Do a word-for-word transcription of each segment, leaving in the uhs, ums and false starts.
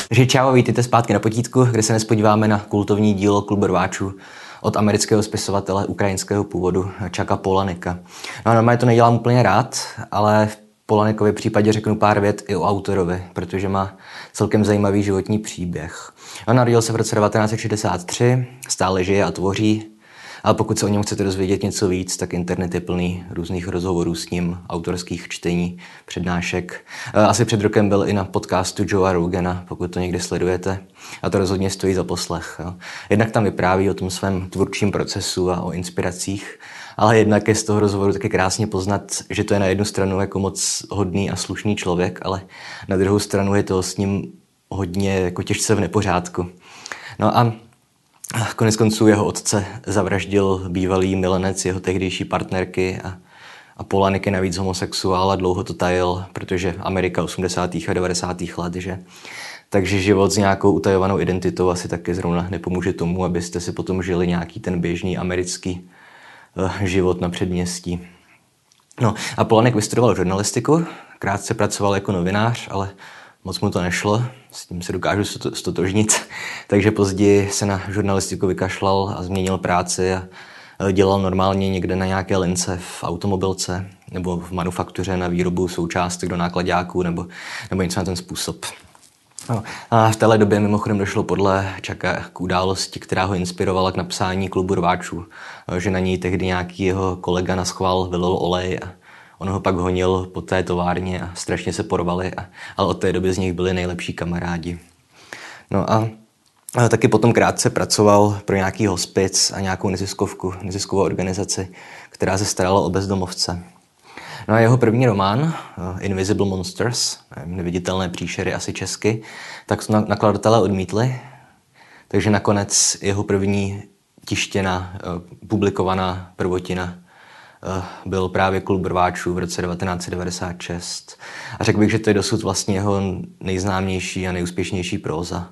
Takže čau, vítejte zpátky na potítku, kde se dnes podíváme na kultovní dílo Klub rváčů od amerického spisovatele ukrajinského původu Chucka Polanika. No a normálně to nedělám úplně rád, ale v Polanikově případě řeknu pár vět i o autorovi, protože má celkem zajímavý životní příběh. On narodil se v roce devatenáct set šedesát tři, stále žije a tvoří, ale pokud se o něm chcete dozvědět něco víc, tak internet je plný různých rozhovorů s ním, autorských čtení, přednášek. Asi před rokem byl i na podcastu Joea Rogana, pokud to někde sledujete. A to rozhodně stojí za poslech. Jo. Jednak tam vypráví o tom svém tvůrčím procesu a o inspiracích, ale jednak je z toho rozhovoru taky krásně poznat, že to je na jednu stranu jako moc hodný a slušný člověk, ale na druhou stranu je to s ním hodně jako těžce v nepořádku. No a konec konců jeho otce zavraždil bývalý milenec jeho tehdejší partnerky a, a Polanik je navíc homosexuál a dlouho to tajil, protože Amerika osmdesátých a devadesátých let, že? Takže život s nějakou utajovanou identitou asi taky zrovna nepomůže tomu, abyste si potom žili nějaký ten běžný americký uh, život na předměstí. No a Polanik vystudoval žurnalistiku, krátce pracoval jako novinář, ale moc mu to nešlo, s tím se dokážu stotožnit, takže později se na žurnalistiku vykašlal a změnil práci a dělal normálně někde na nějaké lince v automobilce nebo v manufaktuře na výrobu součástek do nákladáků nebo, nebo něco na ten způsob. No, a v téhle době mimochodem došlo podle Chucka k události, která ho inspirovala k napsání Klubu rváčů, že na něj tehdy nějaký jeho kolega naschvál vylil olej a on ho pak honil po té továrně a strašně se porvali, a, ale od té doby z nich byli nejlepší kamarádi. No a, a taky potom krátce pracoval pro nějaký hospic a nějakou neziskovku, neziskovou organizaci, která se starala o bezdomovce. No a jeho první román, uh, Invisible Monsters, neviditelné příšery asi česky, tak nakladatelé odmítli, takže nakonec jeho první tištěná, uh, publikovaná prvotina byl právě Klub rváčů v roce devatenáct set devadesát šest. A řekl bych, že to je dosud vlastně jeho nejznámější a nejúspěšnější próza.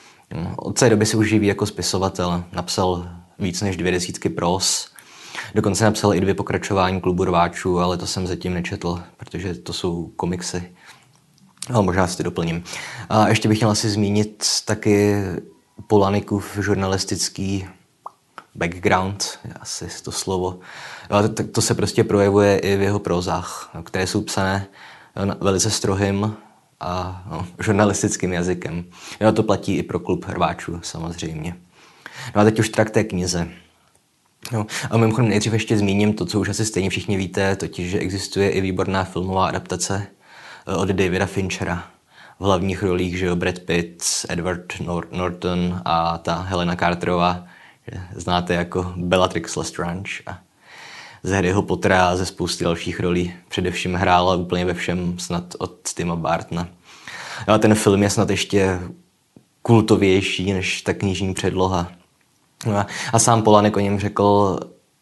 Od té doby se už živí jako spisovatel. Napsal víc než dvě desítky próz. Dokonce napsal i dvě pokračování Klubu rváčů, ale to jsem zatím nečetl, protože to jsou komiksy. Ale možná si to doplním. A ještě bych měl asi zmínit taky Polanikův žurnalistický background, asi to slovo. Ale to, to se prostě projevuje i v jeho prózách, které jsou psané velice strohým a no, žurnalistickým jazykem. Jo, to platí i pro Klub rváčů samozřejmě. No a teď už teda k té knize. No, a mimochodem nejdřív ještě zmíním to, co už asi stejně všichni víte, totiž, že existuje i výborná filmová adaptace od Davida Finchera. V hlavních rolích, že jo, Brad Pitt, Edward Norton a ta Helena Carterová, znáte jako Bellatrix Lestrange, a z Harryho Pottera a ze spousty dalších rolí. Především hrála úplně ve všem snad od Tima Bartona. Ale ten film je snad ještě kultovější než ta knižní předloha. A, a sám Polanik o něm řekl,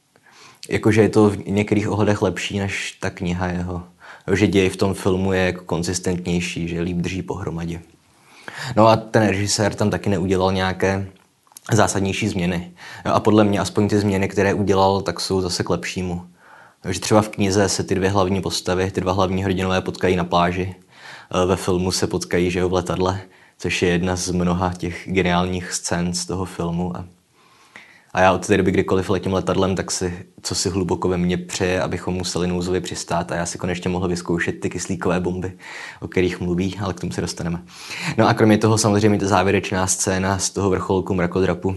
jakože je to v některých ohledech lepší než ta kniha jeho. Že děj v tom filmu je jako konzistentnější, že líp drží pohromadě. No a ten režisér tam taky neudělal nějaké zásadnější změny. A podle mě aspoň ty změny, které udělal, tak jsou zase k lepšímu. Takže třeba v knize se ty dvě hlavní postavy, ty dva hlavní hrdinové potkají na pláži. Ve filmu se potkají, že jo, v letadle, což je jedna z mnoha těch geniálních scén z toho filmu. A, a já od té doby, kdykoliv letím letadlem, tak si, co si hluboko ve mně přeje, abychom museli nouzově přistát a já si konečně mohl vyzkoušet ty kyslíkové bomby, o kterých mluví, ale k tomu se dostaneme. No a kromě toho samozřejmě ta závěrečná scéna z toho vrcholku mrakodrapu.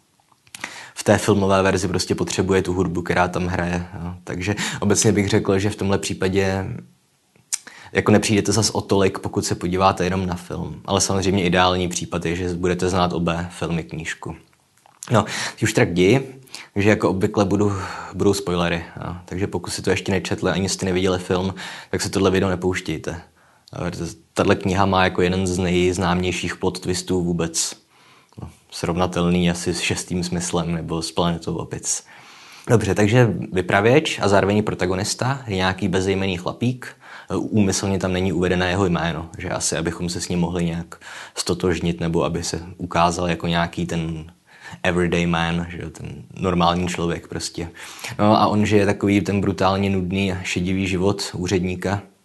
V té filmové verzi prostě potřebuje tu hudbu, která tam hraje. Jo. Takže obecně bych řekl, že v tomhle případě jako nepřijdete zas o tolik, pokud se podíváte jenom na film. Ale samozřejmě ideální případ je, že budete znát obé filmy, knížku. No, už tak ději, že jako obvykle budu, budou spoilery. Jo. Takže pokud si to ještě nečetli, ani jste neviděli film, tak se tohle video nepouštějte. Tahle kniha má jako jeden z nejznámějších plot twistů vůbec. No, srovnatelný asi s Šestým smyslem nebo s Planetou opic. Dobře, takže vypravěč a zároveň protagonista je nějaký bezejmenný chlapík. Úmyslně tam není uvedené jeho jméno, že asi abychom se s ním mohli nějak stotožnit nebo aby se ukázal jako nějaký ten everyday man, že ten normální člověk prostě. No a on žije takový ten brutálně nudný a šedivý život úředníka,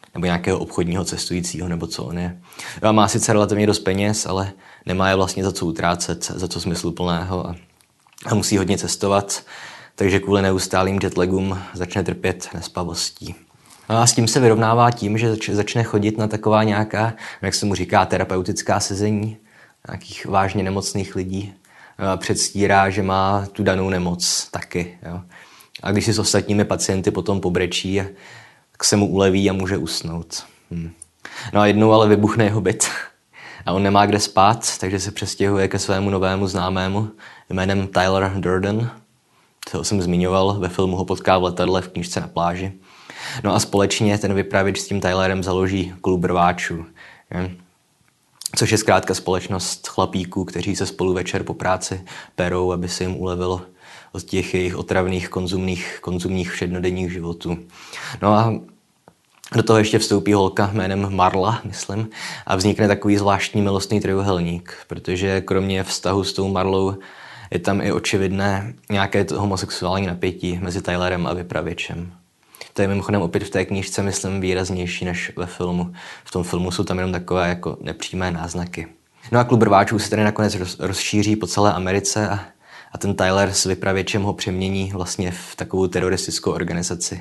nebo nějakého obchodního cestujícího, nebo co on je. A má sice relativně dost peněz, ale nemá je vlastně za co utrácet, za co smysluplného a, a musí hodně cestovat, takže kvůli neustálým jetlagům začne trpět nespavostí. No a s tím se vyrovnává tím, že začne chodit na taková nějaká, jak se mu říká, terapeutická sezení nějakých vážně nemocných lidí. A předstírá, že má tu danou nemoc taky. Jo. A když si s ostatními pacienty potom pobrečí, tak se mu uleví a může usnout. Hm. No a jednou ale vybuchne jeho byt a on nemá kde spát, takže se přestěhuje ke svému novému známému jménem Tyler Durden. To jsem zmiňoval, ve filmu ho potká v letadle, v knížce Na pláži. No a společně ten vypravěč s tím Tylerem založí klub rváčů, je? Což je zkrátka společnost chlapíků, kteří se spolu večer po práci perou, aby se jim ulevilo od těch jejich otravných konzumních, konzumních všednodenních životů. No a do toho ještě vstoupí holka jménem Marla, myslím, a vznikne takový zvláštní milostný trojuhelník, protože kromě vztahu s tou Marlou je tam i očividné nějaké homosexuální napětí mezi Tylerem a vypravěčem. To je mimochodem opět v té knížce, myslím, výraznější než ve filmu. V tom filmu jsou tam jenom takové jako nepřímé náznaky. No a klub rváčů se tedy nakonec roz, rozšíří po celé Americe a, a ten Tyler s vypravěčem ho přemění vlastně v takovou teroristickou organizaci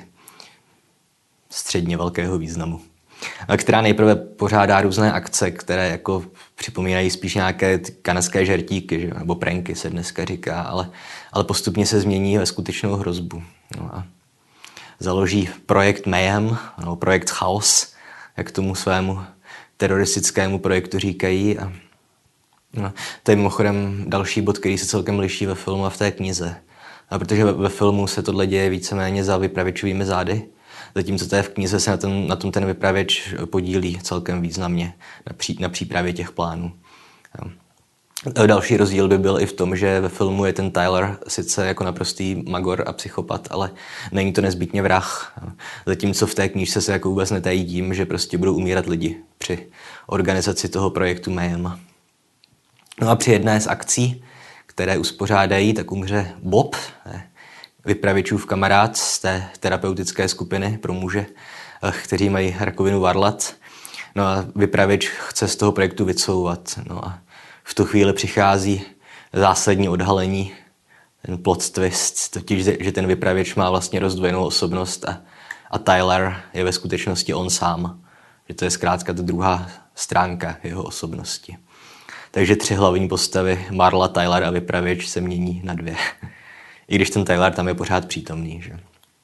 středně velkého významu. A která nejprve pořádá různé akce, které jako připomínají spíš nějaké kanadské žertíky, že? Nebo pranky se dneska říká, ale, ale postupně se změní ve skutečnou hrozbu. No a založí projekt Mayhem, no, projekt Chaos, jak tomu svému teroristickému projektu říkají. A, no, to je mimochodem další bod, který se celkem liší ve filmu a v té knize. A protože ve, ve filmu se tohle děje víceméně za vypravěčovými zády, zatímco té v knize se na, ten, na tom ten vypravěč podílí celkem významně na, pří, na přípravě těch plánů. Jo. Další rozdíl by byl i v tom, že ve filmu je ten Tyler sice jako naprostý magor a psychopat, ale není to nezbytně vrah. Zatímco v té knížce se jako vůbec netají tím, že prostě budou umírat lidi při organizaci toho projektu Mayhem. No a při jedné z akcí, které uspořádají, tak umře Bob, vypravěčův kamarád z té terapeutické skupiny pro muže, kteří mají rakovinu varlat. No a vypravěč chce z toho projektu vycouvat. No a v tu chvíli přichází zásadní odhalení, ten plot twist, totiž, že ten vypravěč má vlastně rozdvojenou osobnost a, a Tyler je ve skutečnosti on sám. Že to je zkrátka ta druhá stránka jeho osobnosti. Takže tři hlavní postavy, Marla, Tyler a vypravěč, se mění na dvě. I když ten Tyler tam je pořád přítomný. Že?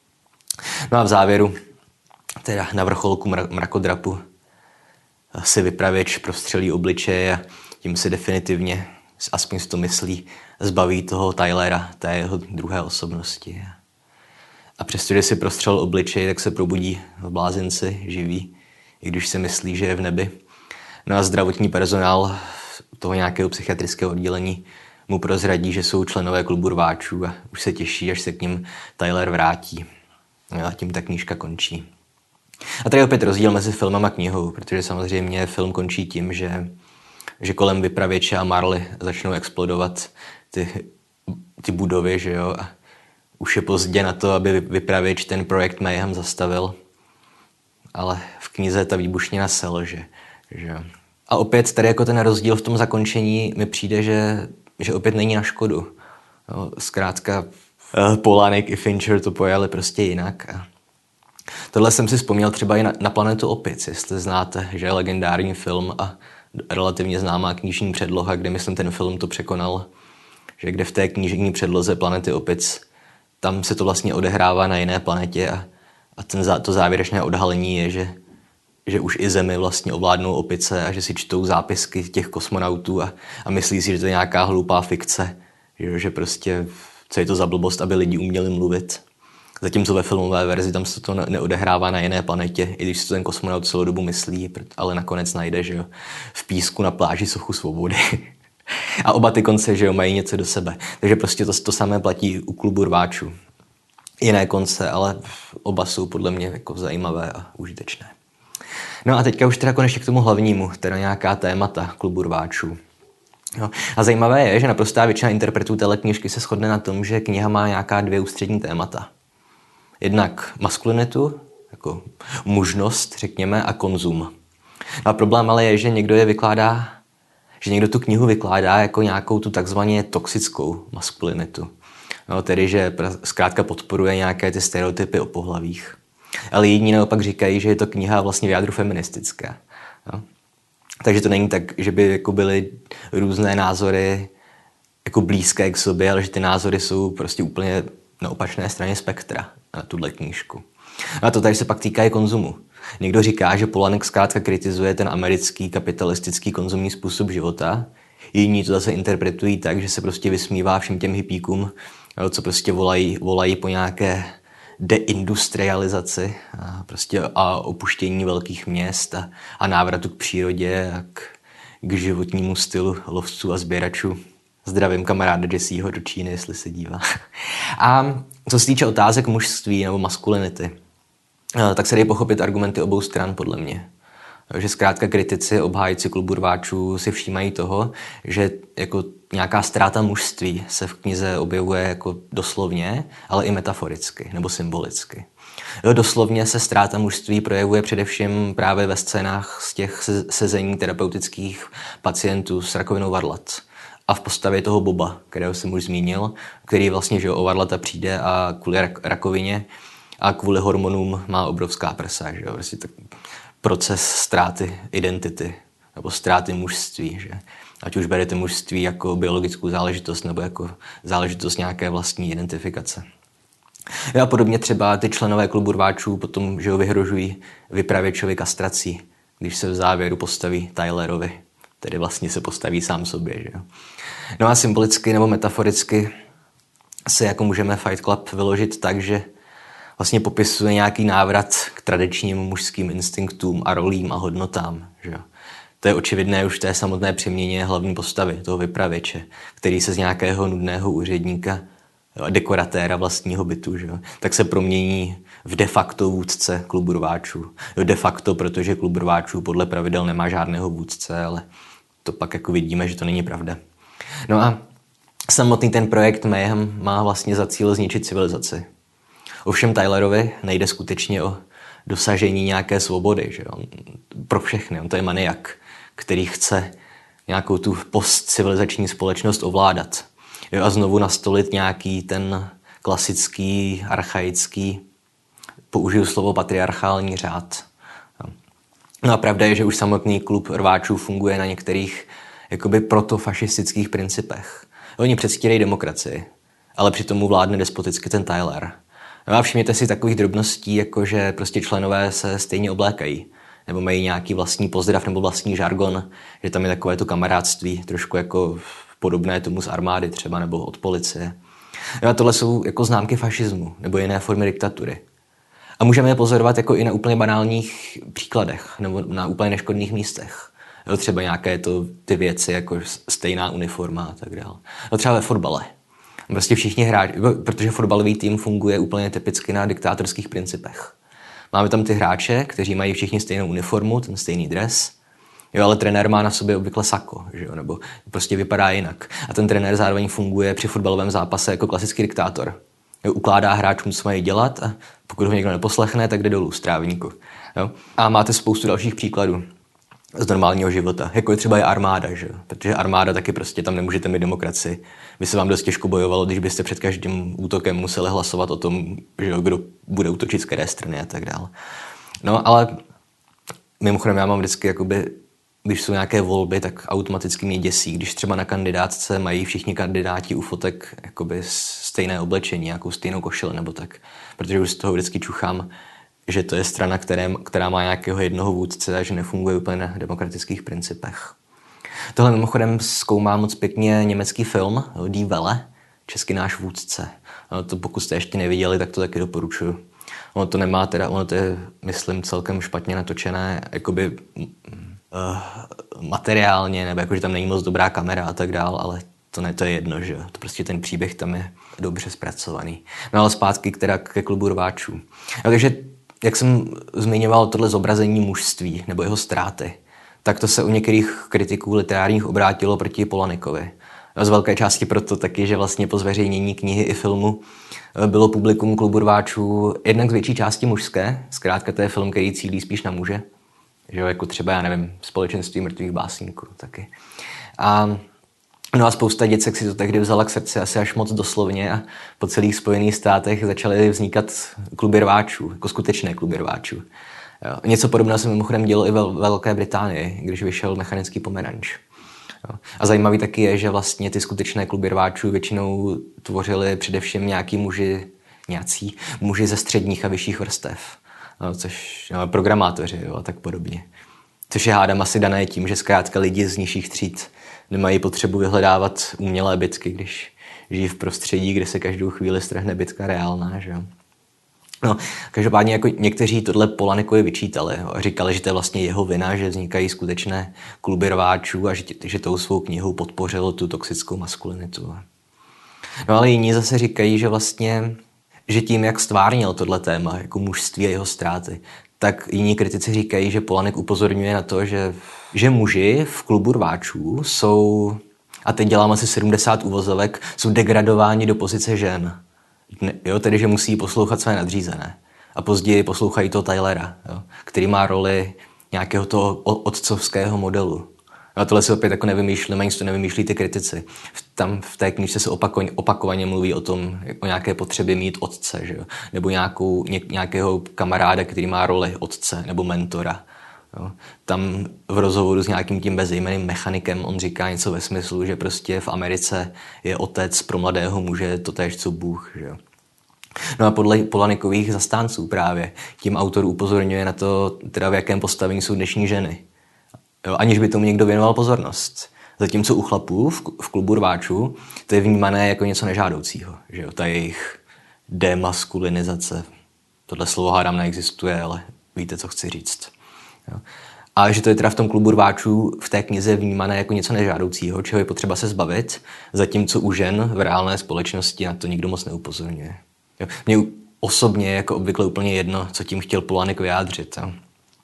No a v závěru, teda na vrcholku mrakodrapu, si vypravěč prostřelí obličeje a tím se definitivně, aspoň si to myslí, zbaví toho Tylera, té jeho druhé osobnosti. A přestože si prostřel obličej, tak se probudí v blázinci, živý, i když si myslí, že je v nebi. No a zdravotní personál toho nějakého psychiatrického oddělení mu prozradí, že jsou členové klubu rváčů a už se těší, až se k ním Tyler vrátí. No a tím ta knížka končí. A tady je opět rozdíl mezi filmem a knihou, protože samozřejmě film končí tím, že že kolem vypravěče a Marly začnou explodovat ty, ty budovy, že jo, a už je pozdě na to, aby vypravěč ten projekt Mayhem zastavil, ale v knize ta výbušnina selže, že jo. A opět tady jako ten rozdíl v tom zakončení mi přijde, že, že opět není na škodu. Jo, zkrátka Polanek i Fincher to pojali prostě jinak. A tohle jsem si vzpomněl třeba i na, na Planetu opic, jestli znáte, že je legendární film a relativně známá knižní předloha, kde myslím ten film to překonal, že kde v té knižní předloze Planety opic, tam se to vlastně odehrává na jiné planetě a, a ten, to závěrečné odhalení je, že, že už i Zemi vlastně ovládnou opice a že si čtou zápisky těch kosmonautů a, a myslí si, že to je nějaká hloupá fikce, že, že prostě co je to za blbost, aby lidi uměli mluvit. Zatímco ve filmové verzi tam se to neodehrává na jiné planetě, i když si to ten kosmonaut celou dobu myslí, ale nakonec najde, že jo, v písku na pláži sochu svobody. A oba ty konce, že jo, mají něco do sebe. Takže prostě to, to samé platí u klubu rváčů. Jiné konce, ale oba jsou podle mě jako zajímavé a užitečné. No a teďka už teda konečně k tomu hlavnímu, teda nějaká témata klubu rváčů. No. A zajímavé je, že naprostá většina interpretů téhle knížky se shodne na tom, že kniha má nějaká dvě ústřední témata. Jednak maskulinitu, jako mužnost, řekněme, a konzum. A problém ale je, že někdo je vykládá, že někdo tu knihu vykládá jako nějakou tu takzvaně toxickou maskulinitu. No, tedy, že zkrátka podporuje nějaké ty stereotypy o pohlavích. Ale jiní naopak říkají, že je to kniha vlastně v jádru feministická. No. Takže to není tak, že by jako byly různé názory jako blízké k sobě, ale že ty názory jsou prostě úplně na opačné straně spektra na tuhle knížku. A to tady se pak týká i konzumu. Někdo říká, že Polanek zkrátka kritizuje ten americký kapitalistický konzumní způsob života. Jiní to zase interpretují tak, že se prostě vysmívá všem těm hippíkům, co prostě volají, volají po nějaké deindustrializaci a, prostě a opuštění velkých měst a, a návratu k přírodě a k, k životnímu stylu lovců a sběračů. Zdravím kamaráda Jesseho do Číny, jestli se dívá. A co se týče otázek mužství nebo maskulinity, tak se dají pochopit argumenty obou stran, podle mě. Že zkrátka kritici, obhájci klubu rváčů si všímají toho, že jako nějaká ztráta mužství se v knize objevuje jako doslovně, ale i metaforicky nebo symbolicky. Jo, doslovně se ztráta mužství projevuje především právě ve scénách z těch sezení terapeutických pacientů s rakovinou varlat. A v postavě toho Boba, kterého jsem už zmínil, který vlastně, že o varlata přijde a kvůli rak- rakovině a kvůli hormonům má obrovská prsa, že jo, prostě tak proces ztráty identity nebo ztráty mužství, že ať už berete mužství jako biologickou záležitost nebo jako záležitost nějaké vlastní identifikace. A podobně třeba ty členové klubu rváčů potom, že ho vyhrožují vypravěčovi kastrací, když se v závěru postaví Tylerovi, tedy vlastně se postaví sám sobě, že jo. No a symbolicky nebo metaforicky se jako můžeme Fight Club vyložit tak, že vlastně popisuje nějaký návrat k tradičním mužským instinktům a rolím a hodnotám. Že? To je očividné už v té samotné přeměně hlavní postavy, toho vypravěče, který se z nějakého nudného úředníka, dekoratéra vlastního bytu, že? Tak se promění v de facto vůdce klubu rváčů. De facto, protože klub rváčů podle pravidel nemá žádného vůdce, ale to pak jako vidíme, že to není pravda. No a samotný ten projekt Mayhem má vlastně za cíl zničit civilizaci. Ovšem Tylerovi nejde skutečně o dosažení nějaké svobody. Že on, pro všechny. On to je maniak, který chce nějakou tu postcivilizační společnost ovládat. Jo, a znovu nastolit nějaký ten klasický, archaický, použiju slovo patriarchální řád. No a pravda je, že už samotný klub rváčů funguje na některých jakoby protofašistických principech. Oni předstírají demokracii, ale přitom mu vládne despoticky ten Tyler. No a všimněte si takových drobností, jako že prostě členové se stejně oblékají, nebo mají nějaký vlastní pozdrav nebo vlastní žargon, že tam je takové to kamarádství, trošku jako podobné tomu z armády třeba, nebo od policie. No a tohle jsou jako známky fašismu, nebo jiné formy diktatury. A můžeme je pozorovat jako i na úplně banálních příkladech, nebo na úplně neškodných místech. Jo, třeba nějaké to, ty věci, jako stejná uniforma a tak dále. No třeba ve fotbale. Prostě všichni hráči, protože fotbalový tým funguje úplně typicky na diktátorských principech. Máme tam ty hráče, kteří mají všichni stejnou uniformu, ten stejný dres, jo, ale trenér má na sobě obvykle sako, že jo, nebo prostě vypadá jinak. A ten trenér zároveň funguje při fotbalovém zápase jako klasický diktátor. Jo, ukládá hráčům, co mají dělat a pokud ho někdo neposlechne, tak jde dolů z trávníku. Jo. A máte spoustu dalších příkladů z normálního života, jako je třeba je armáda, že? Protože armáda taky prostě tam nemůžete mít demokracii. By se vám dost těžko bojovalo, když byste před každým útokem museli hlasovat o tom, že kdo bude útočit z které strany a tak dále. No ale mimochodem já mám vždycky, jakoby, když jsou nějaké volby, tak automaticky mě děsí, když třeba na kandidátce mají všichni kandidáti u fotek jakoby stejné oblečení, nějakou stejnou košili nebo tak, protože už z toho vždycky čuchám, že to je strana, které, která má nějakého jednoho vůdce a že nefunguje úplně na demokratických principech. Tohle mimochodem zkoumá moc pěkně německý film Die Welle, český náš vůdce. No, to pokud jste ještě neviděli, tak to taky doporučuji. Ono to nemá teda, ono to je, myslím, celkem špatně natočené, jakoby uh, materiálně, nebo jako, že tam není moc dobrá kamera a tak dál, ale to ne, to je jedno, že to prostě ten příběh tam je dobře zpracovaný. No ale zpátky k teda ke klubu rváčů. No, takže jak jsem zmiňoval tohle zobrazení mužství nebo jeho ztráty, tak to se u některých kritiků literárních obrátilo proti Polanikovi. Z velké části proto taky, že vlastně po zveřejnění knihy i filmu bylo publikum Klubu rváčů jednak z větší části mužské, zkrátka to je film, který cílí spíš na muže, že jo, jako třeba, já nevím, Společenství mrtvých básníků taky. A no a spousta děcek si to tehdy vzala k srdci asi až moc doslovně a po celých Spojených státech začaly vznikat kluby rváčů, jako skutečné kluby rváčů. Jo. Něco podobného se mimochodem dělo i ve Velké Británii, když vyšel Mechanický pomeranč. Jo. A zajímavý taky je, že vlastně ty skutečné kluby rváčů většinou tvořili především nějaký muži, nějací muži ze středních a vyšších vrstev, jo, což jo, programátoři jo, a tak podobně. Což je hádám asi dané tím, že zkrátka lidi z nižších tříd nemají potřebu vyhledávat umělé bitky, když žijí v prostředí, kde se každou chvíli strhne bitka reálná, že jo. No, každopádně jako někteří tohle Polanikovi vyčítali a říkali, že to je vlastně jeho vina, že vznikají skutečné kluby rváčů a že, že tou svou knihou podpořil tu toxickou maskulinitu. No ale jiní zase říkají, že vlastně, že tím, jak stvárnil tohle téma, jako mužství a jeho ztráty, tak jiní kritici říkají, že Polanek upozorňuje na to, že, že muži v klubu rváčů jsou, a teď dělám asi sedmdesát uvozovek, jsou degradováni do pozice žen. Jo, tedy, že musí poslouchat své nadřízené. A později poslouchají toho Tylera, jo, který má roli nějakého toho otcovského modelu. A tohle si opět jako nevymýšlím, nic to nevymýšlí ty kritici. Tam v té knížce se opakovaně, opakovaně mluví o tom, o nějaké potřebě mít otce, že jo? Nebo nějakou, ně, nějakého kamaráda, který má roli otce nebo mentora. Jo? Tam v rozhovoru s nějakým tím bezejmenným mechanikem on říká něco ve smyslu, že prostě v Americe je otec pro mladého muže totéž co Bůh. Že jo? No a podle Polanikových zastánců právě tím autor upozorňuje na to, teda v jakém postavení jsou dnešní ženy. Jo, aniž by tomu někdo věnoval pozornost. Zatímco u chlapů v, v klubu rváčů to je vnímané jako něco nežádoucího. Že jo? Ta jejich demaskulinizace. Tohle slovo hádám neexistuje, ale víte, co chci říct. Jo? A že to je teda v tom klubu rváčů v té knize vnímané jako něco nežádoucího, čeho je potřeba se zbavit, zatímco u žen v reálné společnosti na to nikdo moc neupozorňuje. Jo? Mně osobně je jako obvykle úplně jedno, co tím chtěl Polanek vyjádřit. Jo?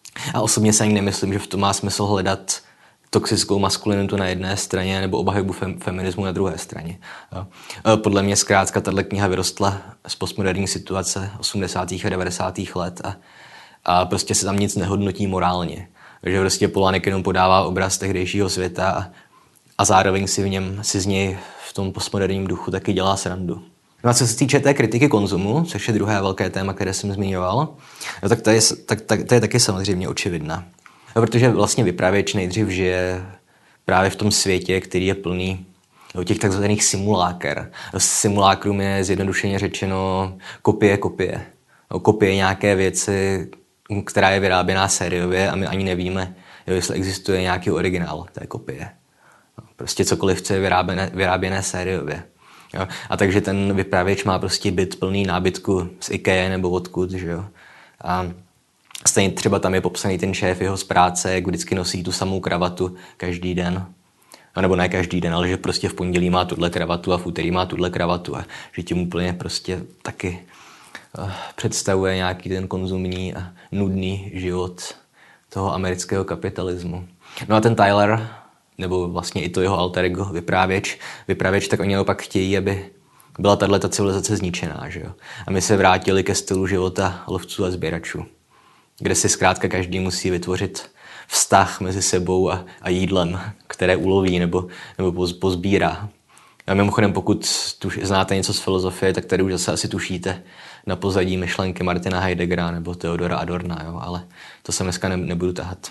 A osobně se ani nemyslím, že v tom má smysl hledat toxickou maskulinitu na jedné straně nebo obhajobu fem, feminismu na druhé straně. Jo. Podle mě zkrátka tato kniha vyrostla z postmoderní situace osmdesátých a devadesátých let a, a prostě se tam nic nehodnotí morálně. Takže prostě Polanek jenom podává obraz tehdejšího světa a, a zároveň si v něm, si z něj v tom postmoderním duchu taky dělá srandu. No a co se týče té kritiky konzumu, což je druhé velké téma, které jsem zmiňoval, no tak, to je, tak, tak to je taky samozřejmě očividná. No, protože vlastně vypravěč nejdřív žije právě v tom světě, který je plný těch takzvaných simuláker. Simulákrum je zjednodušeně řečeno kopie kopie. No, kopie nějaké věci, která je vyráběná sériově a my ani nevíme, jestli existuje nějaký originál té kopie. No, prostě cokoliv, co je vyráběné, vyráběné sériově. Jo? A takže ten vypravěč má prostě byt plný nábytku z IKEA nebo odkud, že jo. A stejně třeba tam je popsaný ten šéf jeho z práce, jak vždycky nosí tu samou kravatu každý den. A nebo ne každý den, ale že prostě v pondělí má tuhle kravatu a v úterý má tuhle kravatu a že tím úplně prostě taky uh, představuje nějaký ten konzumní a nudný život toho amerického kapitalismu. No a ten Tyler, nebo vlastně i to jeho alter ego, vyprávěč, vyprávěč, tak oni opak chtějí, aby byla tato civilizace zničená, že jo. A my se vrátili ke stylu života lovců a sběračů, kde si zkrátka každý musí vytvořit vztah mezi sebou a, a jídlem, které uloví nebo, nebo poz, pozbírá. A mimochodem, pokud tuž, znáte něco z filozofie, tak tady už zase asi tušíte na pozadí myšlenky Martina Heideggera nebo Theodora Adorna, jo, ale to se dneska ne, nebudu tahat.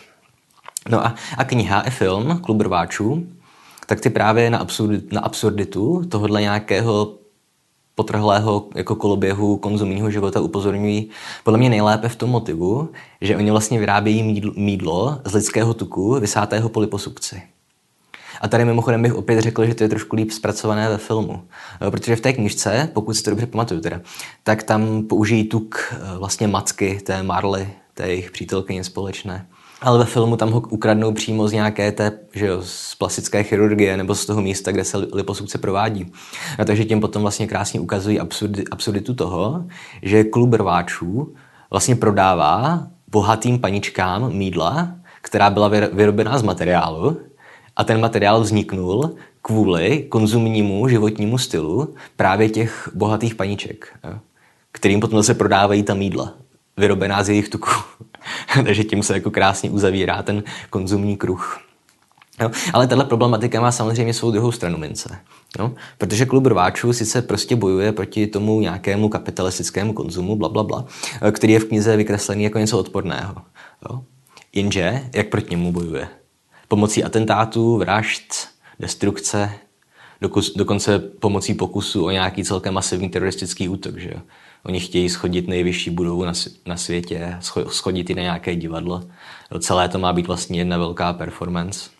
No a, a kniha i film Klub rváčů, tak ty právě na, absurd, na absurditu tohohle nějakého potrhlého jako koloběhu konzumního života upozorňují podle mě nejlépe v tom motivu, že oni vlastně vyrábějí mídlo, mídlo z lidského tuku vysátého po liposukci. A tady mimochodem bych opět řekl, že to je trošku líp zpracované ve filmu. Protože v té knižce, pokud si to dobře pamatuju teda, tak tam použijí tuk vlastně matky té Marley, té jejich přítelkyně společné. Ale ve filmu tam ho ukradnou přímo z nějaké té, že jo, z plastické chirurgie nebo z toho místa, kde se liposukce provádí. A takže tím potom vlastně krásně ukazují absurdi, absurditu toho, že klub rváčů vlastně prodává bohatým paničkám mídla, která byla vyrobená z materiálu a ten materiál vzniknul kvůli konzumnímu životnímu stylu právě těch bohatých paníček, jo, kterým potom zase prodávají tam jídla, vyrobená z jejich tuku. Takže tím se jako krásně uzavírá ten konzumní kruh. Jo, ale tahle problematika má samozřejmě svou druhou stranu mince. Jo? Protože klub rváčů sice prostě bojuje proti tomu nějakému kapitalistickému konzumu, blablabla, bla, bla, který je v knize vykreslený jako něco odporného. Jo? Jenže, jak proti němu bojuje? Pomocí atentátů, vražd, destrukce, dokus, dokonce pomocí pokusu o nějaký celkem masivní teroristický útok. Že jo? Oni chtějí schodit nejvyšší budovu na, na světě, schodit ji na nějaké divadlo. Jo? Celé to má být vlastně jedna velká performance.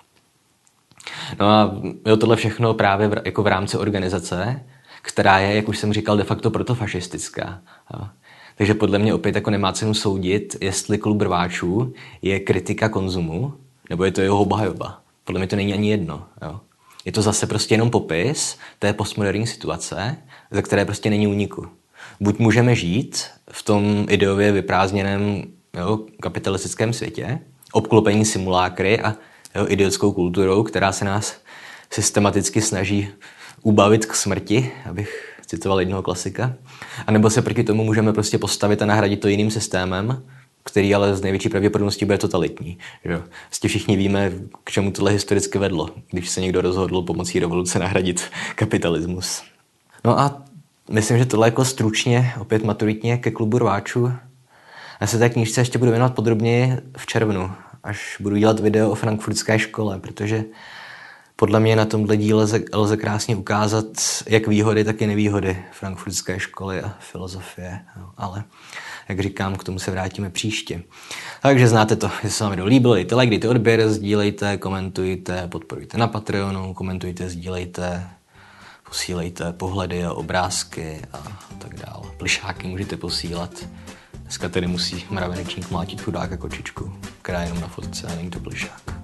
No a jo, tohle všechno právě v, jako v rámci organizace, která je, jak už jsem říkal, de facto protofašistická. Jo. Takže podle mě opět jako nemá cenu soudit, jestli klub rváčů je kritika konzumu, nebo je to jeho obhajoba. Podle mě to není ani jedno. Jo. Je to zase prostě jenom popis té postmoderní situace, ze které prostě není úniku. Buď můžeme žít v tom ideově vyprázdněném jo, kapitalistickém světě, obklopení simulákry a jo, idiotskou kulturou, která se nás systematicky snaží ubavit k smrti, abych citoval jednoho klasika. A nebo se proti tomu můžeme prostě postavit a nahradit to jiným systémem, který ale z největší pravděpodobností bude totalitní. Jo. Vlastně všichni víme, k čemu tohle historicky vedlo, když se někdo rozhodl pomocí revoluce nahradit kapitalismus. No a myslím, že tohle jako stručně, opět maturitně ke klubu rváčů. Já se té knížce ještě budu věnovat podrobněji v červnu, až budu dělat video o frankfurtské škole, protože podle mě na tomhle díle lze, lze krásně ukázat jak výhody, tak i nevýhody frankfurtské školy a filozofie. No, ale jak říkám, k tomu se vrátíme příště. Takže znáte to, jestli se vám video líbilo, dejte like, dejte odběr, sdílejte, komentujte, podporujte na Patreonu, komentujte, sdílejte, posílejte pohledy a obrázky a tak dále. Plišáky můžete posílat. Dneska tedy musí mravenečník mlátit chudáka kočičku, která je jenom na fotce a není to plišák.